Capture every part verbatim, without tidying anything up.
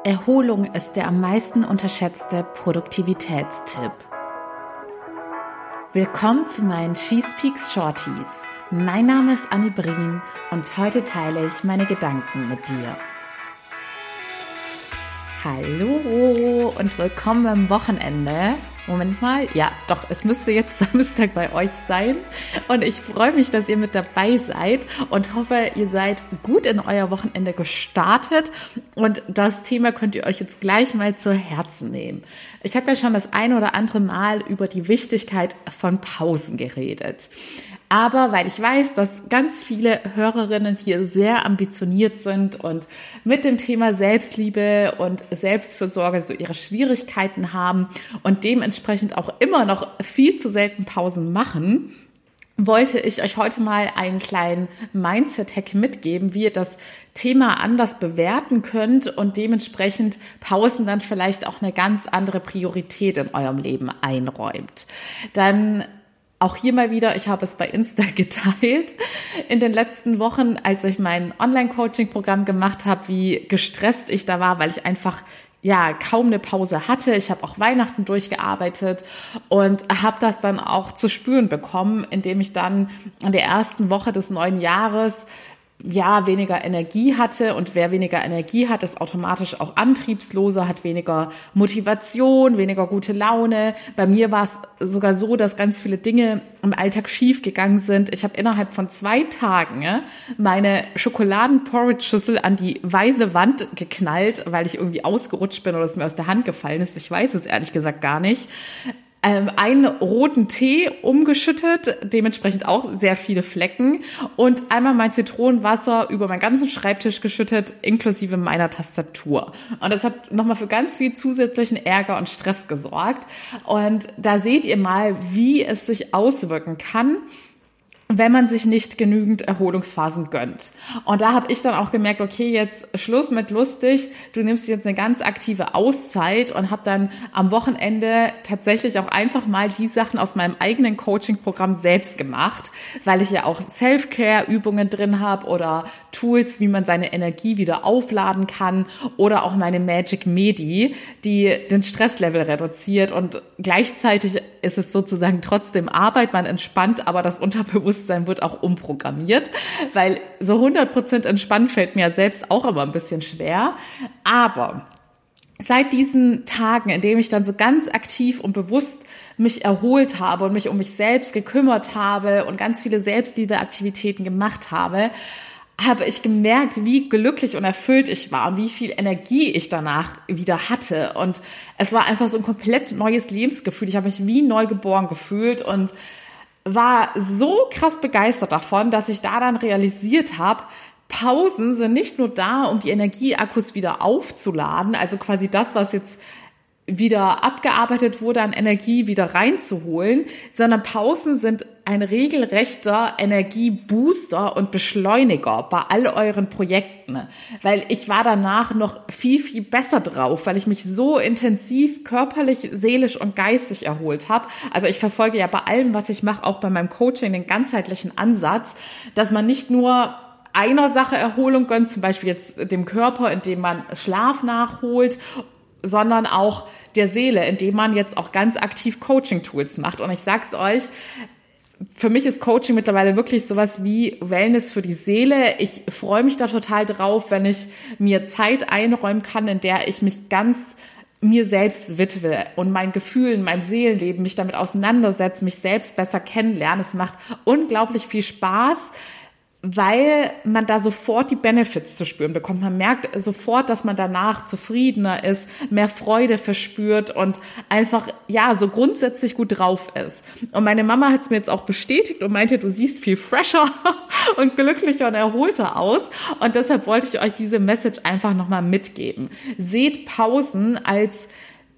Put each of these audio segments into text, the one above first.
Erholung ist der am meisten unterschätzte Produktivitätstipp. Willkommen zu meinen Cheese Peaks Shorties. Mein Name ist Annie Brien und heute teile ich meine Gedanken mit dir. Hallo und willkommen beim Wochenende. Moment mal, ja doch, es müsste jetzt Samstag bei euch sein und ich freue mich, dass ihr mit dabei seid und hoffe, ihr seid gut in euer Wochenende gestartet und das Thema könnt ihr euch jetzt gleich mal zu Herzen nehmen. Ich habe ja schon das ein oder andere Mal über die Wichtigkeit von Pausen geredet. Aber weil ich weiß, dass ganz viele Hörerinnen hier sehr ambitioniert sind und mit dem Thema Selbstliebe und Selbstfürsorge so ihre Schwierigkeiten haben und dementsprechend auch immer noch viel zu selten Pausen machen, wollte ich euch heute mal einen kleinen Mindset-Hack mitgeben, wie ihr das Thema anders bewerten könnt und dementsprechend Pausen dann vielleicht auch eine ganz andere Priorität in eurem Leben einräumt. Dann auch hier mal wieder, ich habe es bei Insta geteilt in den letzten Wochen, als ich mein Online-Coaching-Programm gemacht habe, wie gestresst ich da war, weil ich einfach ja kaum eine Pause hatte. Ich habe auch Weihnachten durchgearbeitet und habe das dann auch zu spüren bekommen, indem ich dann in der ersten Woche des neuen Jahres ja weniger Energie hatte und wer weniger Energie hat, ist automatisch auch antriebsloser, hat weniger Motivation, weniger gute Laune. Bei mir war es sogar so, dass ganz viele Dinge im Alltag schief gegangen sind. Ich habe innerhalb von zwei Tagen ja, meine Schokoladen-Porridge-Schüssel an die weiße Wand geknallt, weil ich irgendwie ausgerutscht bin oder es mir aus der Hand gefallen ist. Ich weiß es ehrlich gesagt gar nicht. Einen roten Tee umgeschüttet, dementsprechend auch sehr viele Flecken und einmal mein Zitronenwasser über meinen ganzen Schreibtisch geschüttet, inklusive meiner Tastatur. Und das hat nochmal für ganz viel zusätzlichen Ärger und Stress gesorgt. Und da seht ihr mal, wie es sich auswirken kann, wenn man sich nicht genügend Erholungsphasen gönnt. Und da habe ich dann auch gemerkt, okay, jetzt Schluss mit lustig, du nimmst jetzt eine ganz aktive Auszeit und habe dann am Wochenende tatsächlich auch einfach mal die Sachen aus meinem eigenen Coaching-Programm selbst gemacht, weil ich ja auch Self-Care-Übungen drin habe oder Tools, wie man seine Energie wieder aufladen kann oder auch meine Magic Medi, die den Stresslevel reduziert und gleichzeitig ist es sozusagen trotzdem Arbeit, man entspannt, aber das Unterbewusstsein wird auch umprogrammiert, weil so hundert Prozent entspannt fällt mir selbst auch immer ein bisschen schwer. Aber seit diesen Tagen, in denen ich dann so ganz aktiv und bewusst mich erholt habe und mich um mich selbst gekümmert habe und ganz viele Selbstliebeaktivitäten gemacht habe, habe ich gemerkt, wie glücklich und erfüllt ich war und wie viel Energie ich danach wieder hatte. Und es war einfach so ein komplett neues Lebensgefühl. Ich habe mich wie neu geboren gefühlt und war so krass begeistert davon, dass ich da dann realisiert habe, Pausen sind nicht nur da, um die Energieakkus wieder aufzuladen, also quasi das, was jetzt wieder abgearbeitet wurde, an Energie wieder reinzuholen, sondern Pausen sind ein regelrechter Energiebooster und Beschleuniger bei all euren Projekten, weil ich war danach noch viel, viel besser drauf, weil ich mich so intensiv körperlich, seelisch und geistig erholt habe. Also ich verfolge ja bei allem, was ich mache, auch bei meinem Coaching den ganzheitlichen Ansatz, dass man nicht nur einer Sache Erholung gönnt, zum Beispiel jetzt dem Körper, indem man Schlaf nachholt, sondern auch der Seele, indem man jetzt auch ganz aktiv Coaching-Tools macht. Und ich sag's euch, für mich ist Coaching mittlerweile wirklich sowas wie Wellness für die Seele. Ich freue mich da total drauf, wenn ich mir Zeit einräumen kann, in der ich mich ganz mir selbst widme und meinen Gefühlen, meinem Seelenleben, mich damit auseinandersetze, mich selbst besser kennenlerne. Es macht unglaublich viel Spaß, weil man da sofort die Benefits zu spüren bekommt. Man merkt sofort, dass man danach zufriedener ist, mehr Freude verspürt und einfach, ja, so grundsätzlich gut drauf ist. Und meine Mama hat es mir jetzt auch bestätigt und meinte, du siehst viel fresher und glücklicher und erholter aus. Und deshalb wollte ich euch diese Message einfach nochmal mitgeben. Seht Pausen als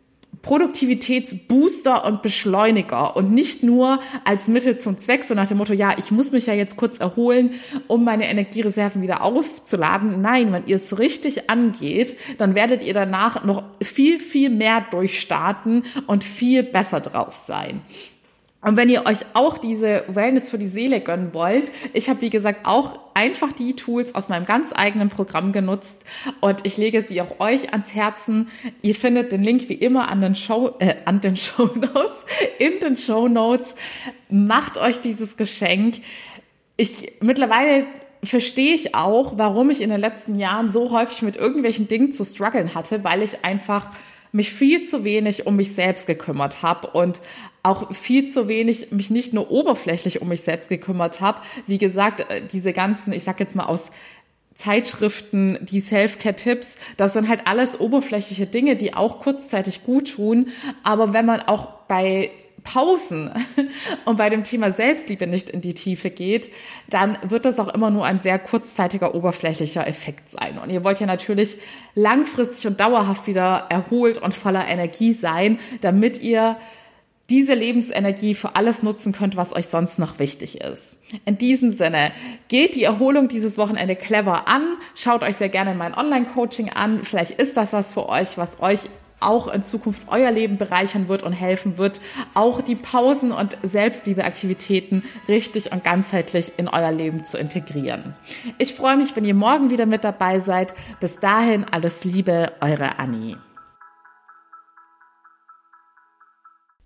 Produktivitätsbooster und Beschleuniger und nicht nur als Mittel zum Zweck, so nach dem Motto, ja, ich muss mich ja jetzt kurz erholen, um meine Energiereserven wieder aufzuladen. Nein, wenn ihr es richtig angeht, dann werdet ihr danach noch viel, viel mehr durchstarten und viel besser drauf sein. Und wenn ihr euch auch diese Wellness für die Seele gönnen wollt, ich habe, wie gesagt, auch einfach die Tools aus meinem ganz eigenen Programm genutzt und ich lege sie auch euch ans Herzen. Ihr findet den Link wie immer an den Show, äh, an den Shownotes, in den Shownotes. Macht euch dieses Geschenk. Ich, mittlerweile verstehe ich auch, warum ich in den letzten Jahren so häufig mit irgendwelchen Dingen zu strugglen hatte, weil ich einfach mich viel zu wenig um mich selbst gekümmert habe und auch viel zu wenig mich nicht nur oberflächlich um mich selbst gekümmert habe. Wie gesagt, diese ganzen, ich sag jetzt mal aus Zeitschriften, die Self-Care-Tipps, das sind halt alles oberflächliche Dinge, die auch kurzzeitig gut tun. Aber wenn man auch bei Pausen und bei dem Thema Selbstliebe nicht in die Tiefe geht, dann wird das auch immer nur ein sehr kurzzeitiger, oberflächlicher Effekt sein. Und ihr wollt ja natürlich langfristig und dauerhaft wieder erholt und voller Energie sein, damit ihr diese Lebensenergie für alles nutzen könnt, was euch sonst noch wichtig ist. In diesem Sinne, geht die Erholung dieses Wochenende clever an, schaut euch sehr gerne mein Online-Coaching an, vielleicht ist das was für euch, was euch auch in Zukunft euer Leben bereichern wird und helfen wird, auch die Pausen und Selbstliebeaktivitäten richtig und ganzheitlich in euer Leben zu integrieren. Ich freue mich, wenn ihr morgen wieder mit dabei seid. Bis dahin alles Liebe, eure Anni.